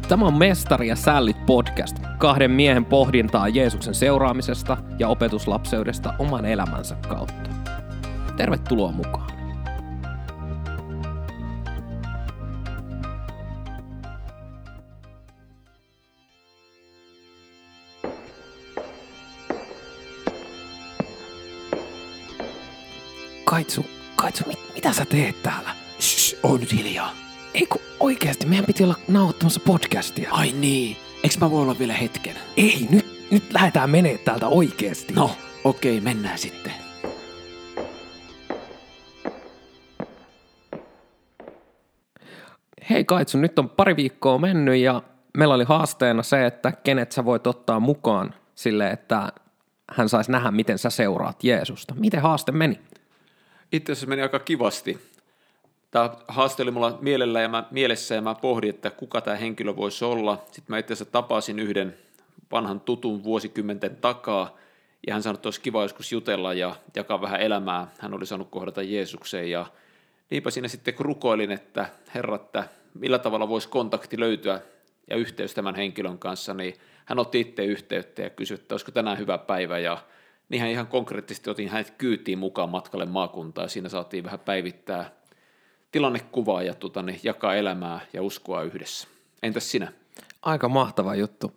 Tämä on Mestari ja sällit podcast, kahden miehen pohdintaa Jeesuksen seuraamisesta ja opetuslapseudesta oman elämänsä kautta. Tervetuloa mukaan. Kaitsu, mitä sä teet täällä? On nyt hiljaa. Eiku oikeesti, meidän piti olla nauhoittamassa podcastia. Ai niin, eiks mä voi olla vielä hetken? Ei, nyt lähdetään menee täältä oikeesti. No, okei, mennään sitten. Hei Kaitsu, nyt on pari viikkoa mennyt ja meillä oli haasteena se, että kenet sä voit ottaa mukaan sille, että hän saisi nähdä, miten sä seuraat Jeesusta. Miten haaste meni? Itse asiassa meni aika kivasti. Tämä haaste oli mulla mielessä ja mä pohdin, että kuka tämä henkilö voisi olla. Sitten mä itse asiassa tapasin yhden vanhan tutun vuosikymmenten takaa ja hän sanoi, että olisi kiva joskus jutella ja jakaa vähän elämää. Hän oli saanut kohdata Jeesuksen ja niinpä siinä sitten rukoilin, että Herra, että millä tavalla voisi kontakti löytyä ja yhteys tämän henkilön kanssa, niin hän otti itse yhteyttä ja kysyi, että olisiko tänään hyvä päivä ja niinhän ihan konkreettisesti otin hänet kyytiin mukaan matkalle maakuntaan ja siinä saatiin vähän päivittää tilannekuvaa ja jakaa elämää ja uskoa yhdessä. Entäs sinä? Aika mahtava juttu.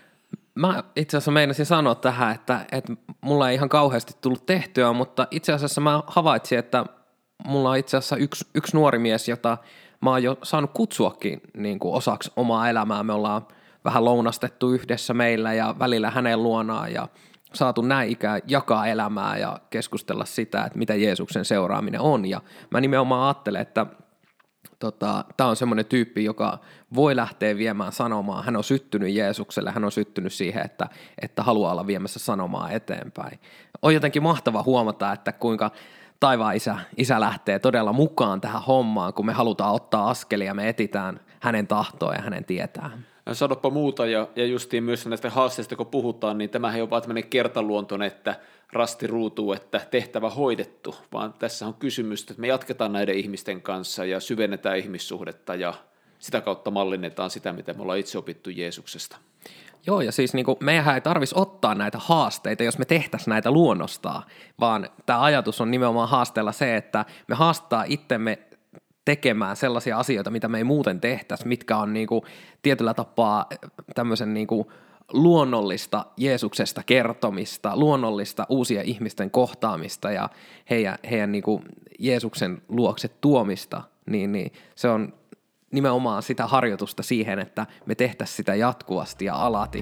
Mä itse asiassa meinasin sanoa tähän, että mulla ei ihan kauheasti tullut tehtyä, mutta itse asiassa mä havaitsin, että mulla on itse asiassa yksi nuori mies, jota mä oon jo saanut kutsuakin niin kuin osaksi omaa elämää. Me ollaan vähän lounastettu yhdessä meillä ja välillä hänen luonaan ja saatu näin ikään jakaa elämää ja keskustella sitä, että mitä Jeesuksen seuraaminen on. Ja mä nimenomaan ajattelen, että tämä on semmoinen tyyppi, joka voi lähteä viemään sanomaa. Hän on syttynyt Jeesukselle, hän on syttynyt siihen, että haluaa olla viemässä sanomaa eteenpäin. On jotenkin mahtava huomata, että kuinka taivaan isä lähtee todella mukaan tähän hommaan, kun me halutaan ottaa askelia, me etitään hänen tahtoa ja hänen tietään. Sanoppa muuta ja justiin myös näistä haasteista, kun puhutaan, niin tämähän ei ole vaan tämmöinen kertaluontoinen, että rasti ruutuu, että tehtävä hoidettu, vaan tässä on kysymys, että me jatketaan näiden ihmisten kanssa ja syvennetään ihmissuhdetta ja sitä kautta mallinnetaan sitä, mitä me ollaan itse opittu Jeesuksesta. Joo, ja siis meidän ei tarvitsisi ottaa näitä haasteita, jos me tehtäisiin näitä luonnostaan, vaan tämä ajatus on nimenomaan haasteella se, että me haastaa itsemme tekemään sellaisia asioita, mitä me ei muuten tehtäisi, mitkä on tietyllä tapaa tämmöisen luonnollista Jeesuksesta kertomista, luonnollista uusien ihmisten kohtaamista ja heidän Jeesuksen luokse tuomista, niin se on nimenomaan sitä harjoitusta siihen, että me tehtäisiin sitä jatkuvasti ja alati.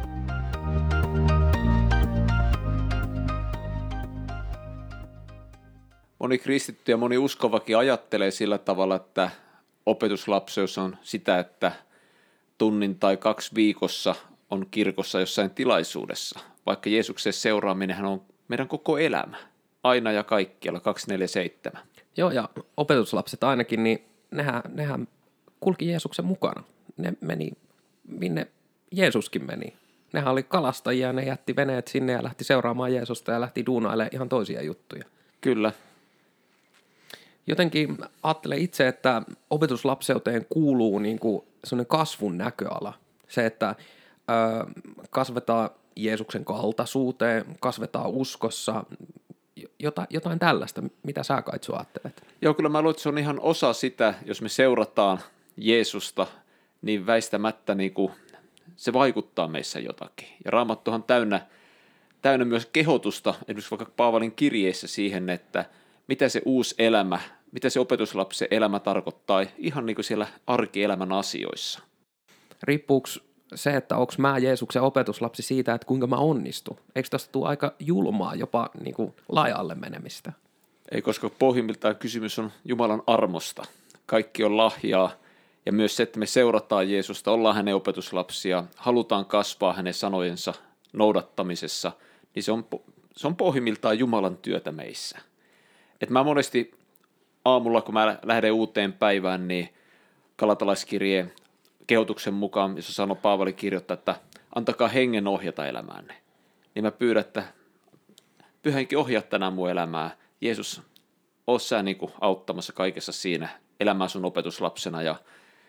Moni kristitty ja moni uskovakin ajattelee sillä tavalla, että opetuslapseus on sitä, että tunnin tai 2 viikossa on kirkossa jossain tilaisuudessa, vaikka Jeesuksen seuraaminenhan on meidän koko elämä, aina ja kaikkialla 24/7. Joo, ja opetuslapset ainakin, niin nehän kulki Jeesuksen mukana. Ne meni, minne Jeesuskin meni. Nehän oli kalastajia, ne jätti veneet sinne ja lähti seuraamaan Jeesusta ja lähti duunailemaan ihan toisia juttuja. Kyllä. Jotenkin ajattelen itse, että opetuslapseuteen kuuluu sellainen kasvun näköala. Se, että kasvetaan Jeesuksen kaltaisuuteen, kasvetaan uskossa, jotain tällaista. Mitä sä Kaitsu ajattelet? Joo, kyllä mä luulen, että se on ihan osa sitä, jos me seurataan Jeesusta, niin väistämättä se vaikuttaa meissä jotakin. Ja Raamattuhan on täynnä myös kehotusta, esimerkiksi vaikka Paavalin kirjeissä siihen, että mitä se uusi elämä, mitä se opetuslapsen elämä tarkoittaa ihan niin kuin siellä arkielämän asioissa. Riippuuko se, että onko mä Jeesuksen opetuslapsi siitä, että kuinka mä onnistun? Eikö tästä tule aika julmaa, jopa laajalle menemistä? Ei, koska pohjimmiltaan kysymys on Jumalan armosta. Kaikki on lahjaa ja myös se, että me seurataan Jeesusta, ollaan hänen opetuslapsia, halutaan kasvaa hänen sanojensa noudattamisessa, niin se on pohjimmiltaan Jumalan työtä meissä. Et mä monesti aamulla, kun mä lähden uuteen päivään, niin Galatalaiskirjeen kehotuksen mukaan, jossa sanoo Paavali kirjoittaa, että antakaa hengen ohjata elämäänne. Niin mä pyydän, että Pyhä Henki ohjaa tänään mun elämää. Jeesus, oo sä auttamassa kaikessa siinä elämää sun opetuslapsena ja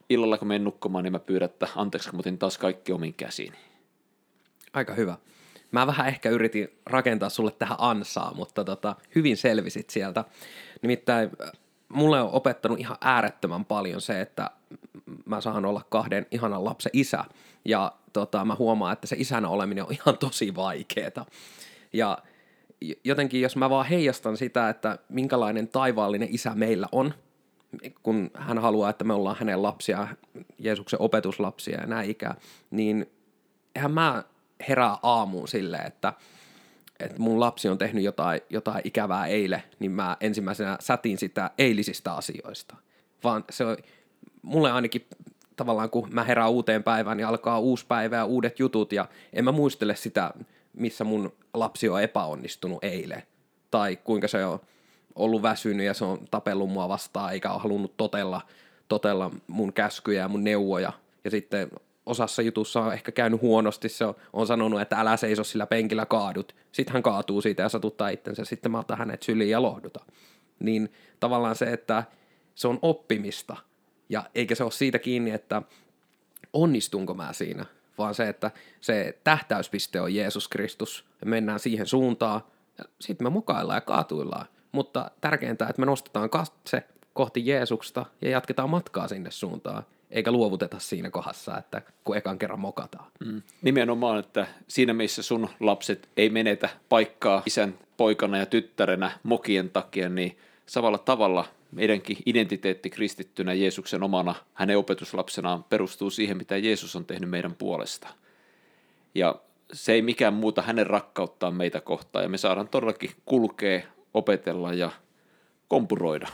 illalla kun menen nukkumaan, niin mä pyydän, että anteeksi, kun mä otin taas kaikki omiin käsiin. Aika hyvä. Mä vähän ehkä yritin rakentaa sulle tähän ansaa, mutta hyvin selvisit sieltä. Nimittäin mulle on opettanut ihan äärettömän paljon se, että mä saan olla 2 ihanan lapsen isä. Ja mä huomaan, että se isänä oleminen on ihan tosi vaikeeta. Ja jotenkin jos mä vaan heijastan sitä, että minkälainen taivaallinen isä meillä on, kun hän haluaa, että me ollaan hänen lapsia, Jeesuksen opetuslapsia ja näin ikään, niin eihän mä herää aamuun silleen, että mun lapsi on tehnyt jotain ikävää eilen, niin mä ensimmäisenä sätin sitä eilisistä asioista. Vaan se on mulle ainakin tavallaan, kun mä herään uuteen päivään, niin alkaa uusi päivä ja uudet jutut, ja en mä muistele sitä, missä mun lapsi on epäonnistunut eilen, tai kuinka se on ollut väsynyt ja se on tapellut mua vastaan, eikä ole halunnut totella mun käskyjä ja mun neuvoja, ja sitten osassa jutussa on ehkä käynyt huonosti, se on sanonut, että älä seiso sillä penkillä, kaadut. Sitten hän kaatuu siitä ja satuttaa itsensä, sitten mä otan hänet syliin ja lohduta. Niin tavallaan se, että se on oppimista, ja eikä se ole siitä kiinni, että onnistunko mä siinä, vaan se, että se tähtäyspiste on Jeesus Kristus, ja mennään siihen suuntaan, ja sitten me mukaillaan ja kaatuillaan. Mutta tärkeintä, että me nostetaan katse kohti Jeesusta ja jatketaan matkaa sinne suuntaan, eikä luovuteta siinä kohdassa, että kun ekan kerran mokataan. Nimenomaan, että siinä missä sun lapset ei menetä paikkaa isän poikana ja tyttärenä mokien takia, niin samalla tavalla meidänkin identiteetti kristittynä Jeesuksen omana, hänen opetuslapsenaan perustuu siihen, mitä Jeesus on tehnyt meidän puolesta. Ja se ei mikään muuta hänen rakkauttaan meitä kohtaan, ja me saadaan todellakin kulkea, opetella ja kompuroida.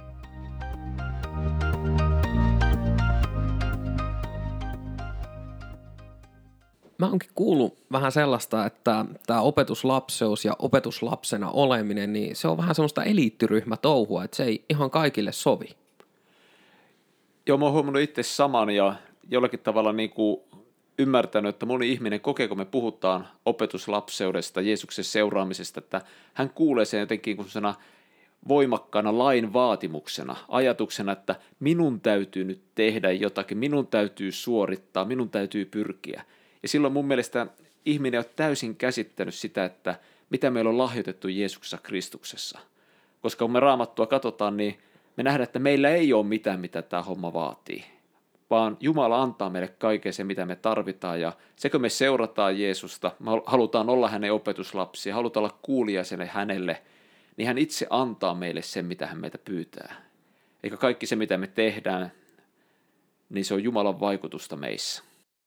Mä oonkin kuullut vähän sellaista, että tämä opetuslapseus ja opetuslapsena oleminen, niin se on vähän semmoista eliittiryhmätouhua, että se ei ihan kaikille sovi. Joo, mä oon huomannut itse saman ja jollakin tavalla niin kuin ymmärtänyt, että moni ihminen kokee, kun me puhutaan opetuslapseudesta, Jeesuksen seuraamisesta, että hän kuulee sen jotenkin kuin voimakkaana lain vaatimuksena, ajatuksena, että minun täytyy nyt tehdä jotakin, minun täytyy suorittaa, minun täytyy pyrkiä. Ja silloin mun mielestä ihminen on täysin käsittänyt sitä, että mitä meillä on lahjoitettu Jeesuksessa Kristuksessa. Koska kun me Raamattua katsotaan, niin me nähdään, että meillä ei ole mitään, mitä tämä homma vaatii. Vaan Jumala antaa meille kaiken se, mitä me tarvitaan. Ja se, kun me seurataan Jeesusta, me halutaan olla hänen opetuslapsia, halutaan olla kuulijaiselle hänelle, niin hän itse antaa meille sen, mitä hän meitä pyytää. Eikä kaikki se, mitä me tehdään, niin se on Jumalan vaikutusta meissä.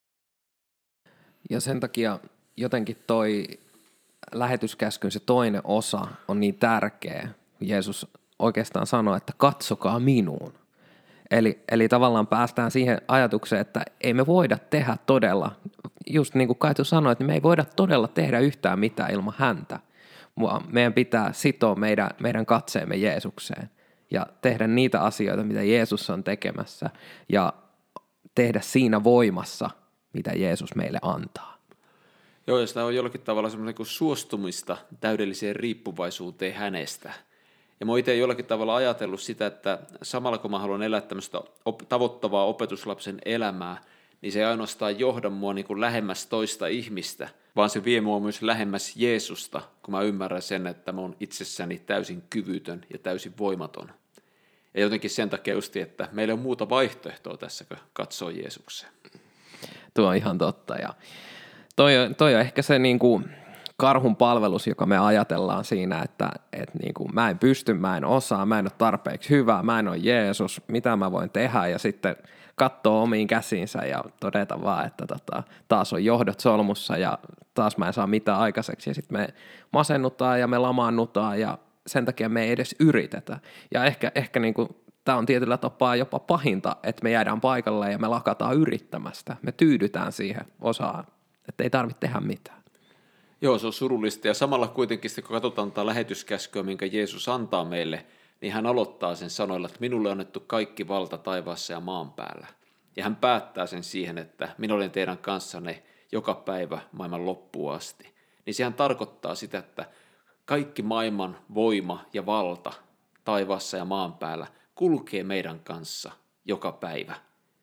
Ja sen takia jotenkin toi lähetyskäskyn se toinen osa on niin tärkeä. Jeesus oikeastaan sanoi, että katsokaa minuun. Eli tavallaan päästään siihen ajatukseen, että ei me voida tehdä todella, just niin kuin Kaitu sanoi, että me ei voida todella tehdä yhtään mitään ilman häntä. Meidän pitää sitoa meidän katseemme Jeesukseen ja tehdä niitä asioita, mitä Jeesus on tekemässä ja tehdä siinä voimassa, mitä Jeesus meille antaa. Joo, ja sitä on jollakin tavalla semmoinen kuin suostumista täydelliseen riippuvaisuuteen hänestä. Ja mä oon itse jollakin tavalla ajatellut sitä, että samalla kun mä haluan elää tämmöistä tavoittavaa opetuslapsen elämää, niin se ei ainoastaan johda mua niin kuin lähemmäs toista ihmistä, vaan se vie mua myös lähemmäs Jeesusta, kun mä ymmärrän sen, että mä oon itsessäni täysin kyvytön ja täysin voimaton. Ja jotenkin sen takia justi, että meillä on muuta vaihtoehtoa tässä, kun katsoo Jeesukseen. Tuo on ihan totta. Ja toi on ehkä se niin kuin karhun palvelus, joka me ajatellaan siinä, että niin kuin mä en pysty, mä en osaa, mä en ole tarpeeksi hyvä, mä en ole Jeesus, mitä mä voin tehdä, ja sitten katsoo omiin käsiinsä ja todeta vaan, että taas on johdot solmussa ja taas mä en saa mitään aikaiseksi, ja sitten me masennutaan ja me lamaannutaan ja sen takia me ei edes yritetä. Ja ehkä niin kuin tämä on tietyllä tapaa jopa pahinta, että me jäädään paikalle ja me lakataan yrittämästä. Me tyydytään siihen osaan, että ei tarvitse tehdä mitään. Joo, se on surullista. Ja samalla kuitenkin, kun katsotaan tätä lähetyskäskyä, minkä Jeesus antaa meille, niin hän aloittaa sen sanoilla, että minulle on annettu kaikki valta taivaassa ja maan päällä. Ja hän päättää sen siihen, että minä olen teidän kanssanne joka päivä maailman loppuun asti. Niin sehän tarkoittaa sitä, että kaikki maailman voima ja valta taivaassa ja maan päällä kulkee meidän kanssa joka päivä.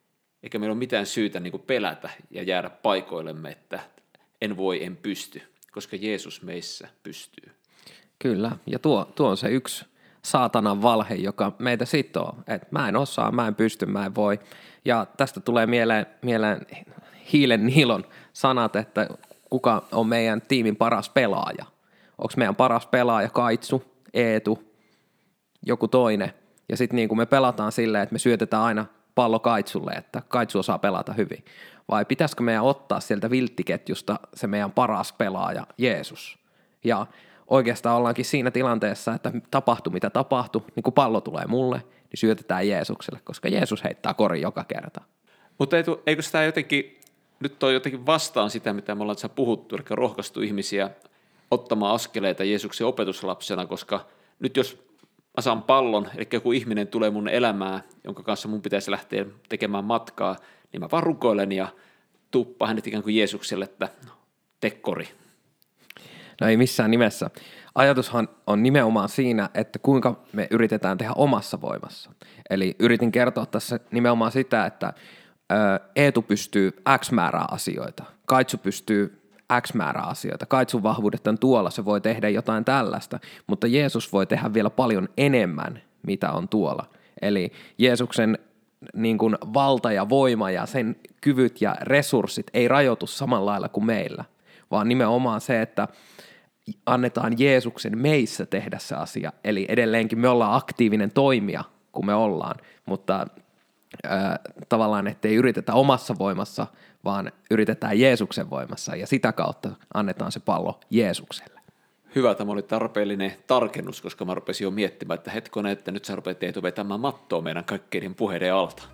eikä meillä ole mitään syytä niin kuin pelätä ja jäädä paikoillemme, että en voi, en pysty, koska Jeesus meissä pystyy. Kyllä, ja tuo on se yksi saatanan valhe, joka meitä sitoo, että mä en osaa, mä en pysty, mä en voi. Ja tästä tulee mieleen Hiilen Niilon sanat, että kuka on meidän tiimin paras pelaaja. Onko meidän paras pelaaja Kaitsu, Eetu, joku toinen. Ja sitten niin kuin me pelataan silleen, että me syötetään aina pallo Kaitsulle, että Kaitsu osaa pelata hyvin. Vai pitäisikö meidän ottaa sieltä vilttiketjusta se meidän paras pelaaja, Jeesus? Ja oikeastaan ollaankin siinä tilanteessa, että tapahtui mitä tapahtui, niin kun pallo tulee mulle, niin syötetään Jeesukselle, koska Jeesus heittää korin joka kerta. Mutta eikö sitä jotenkin, nyt on jotenkin vastaan sitä, mitä me ollaan tässä puhuttu, eli rohkaistu ihmisiä ottamaan askeleita Jeesuksen opetuslapsena, koska nyt jos mä saan pallon, eli joku ihminen tulee mun elämään, jonka kanssa mun pitäisi lähteä tekemään matkaa, niin mä vaan rukoilen ja tuppaan hänet ikään kuin Jeesukselle, että tekkori. No ei missään nimessä. Ajatushan on nimenomaan siinä, että kuinka me yritetään tehdä omassa voimassa. Eli yritin kertoa tässä nimenomaan sitä, että Eetu pystyy X määrää asioita, Kaitsu pystyy X määrää asioita, Kaitsun vahvuudet on tuolla, se voi tehdä jotain tällaista, mutta Jeesus voi tehdä vielä paljon enemmän, mitä on tuolla. Eli Jeesuksen niin kuin valta ja voima ja sen kyvyt ja resurssit ei rajoitu samalla lailla kuin meillä, vaan nimenomaan se, että annetaan Jeesuksen meissä tehdä se asia. Eli edelleenkin me ollaan aktiivinen toimija, kun me ollaan, mutta tavallaan, ettei yritetä omassa voimassa, vaan yritetään Jeesuksen voimassa ja sitä kautta annetaan se pallo Jeesukselle. Hyvä, tämä oli tarpeellinen tarkennus, koska mä rupesin jo miettimään, että hetkonen, että nyt sä rupeat Eetu vetämään mattoa meidän kaikkeiden puheiden alta.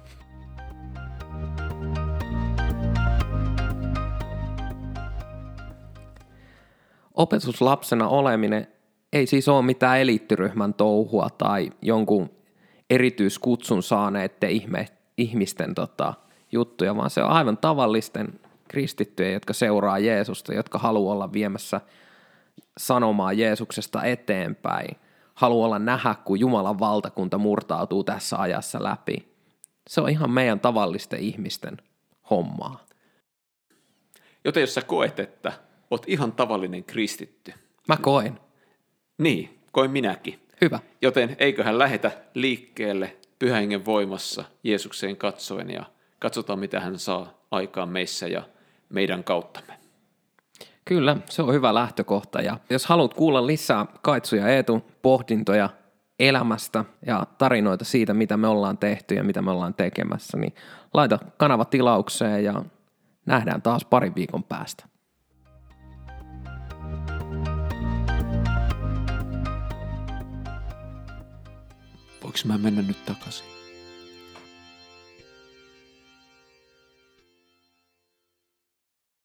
Opetuslapsena oleminen ei siis ole mitään eliittiryhmän touhua tai jonkun erityiskutsun saaneiden ihmisten juttuja, vaan se on aivan tavallisten kristittyjä, jotka seuraa Jeesusta, jotka haluaa olla viemässä sanomaa Jeesuksesta eteenpäin, haluaa olla nähdä, kun Jumalan valtakunta murtautuu tässä ajassa läpi. Se on ihan meidän tavallisten ihmisten hommaa. Joten jos sä koet, että oot ihan tavallinen kristitty. Mä koen. Niin, koin minäkin. Hyvä. Joten eiköhän lähetä liikkeelle Pyhän Hengen voimassa Jeesukseen katsoen ja katsotaan, mitä hän saa aikaan meissä ja meidän kauttamme. Kyllä, se on hyvä lähtökohta. Ja jos haluat kuulla lisää Kaitsu ja Eetu pohdintoja elämästä ja tarinoita siitä, mitä me ollaan tehty ja mitä me ollaan tekemässä, niin laita kanava tilaukseen ja nähdään taas parin viikon päästä. Voinko mä mennä nyt takaisin?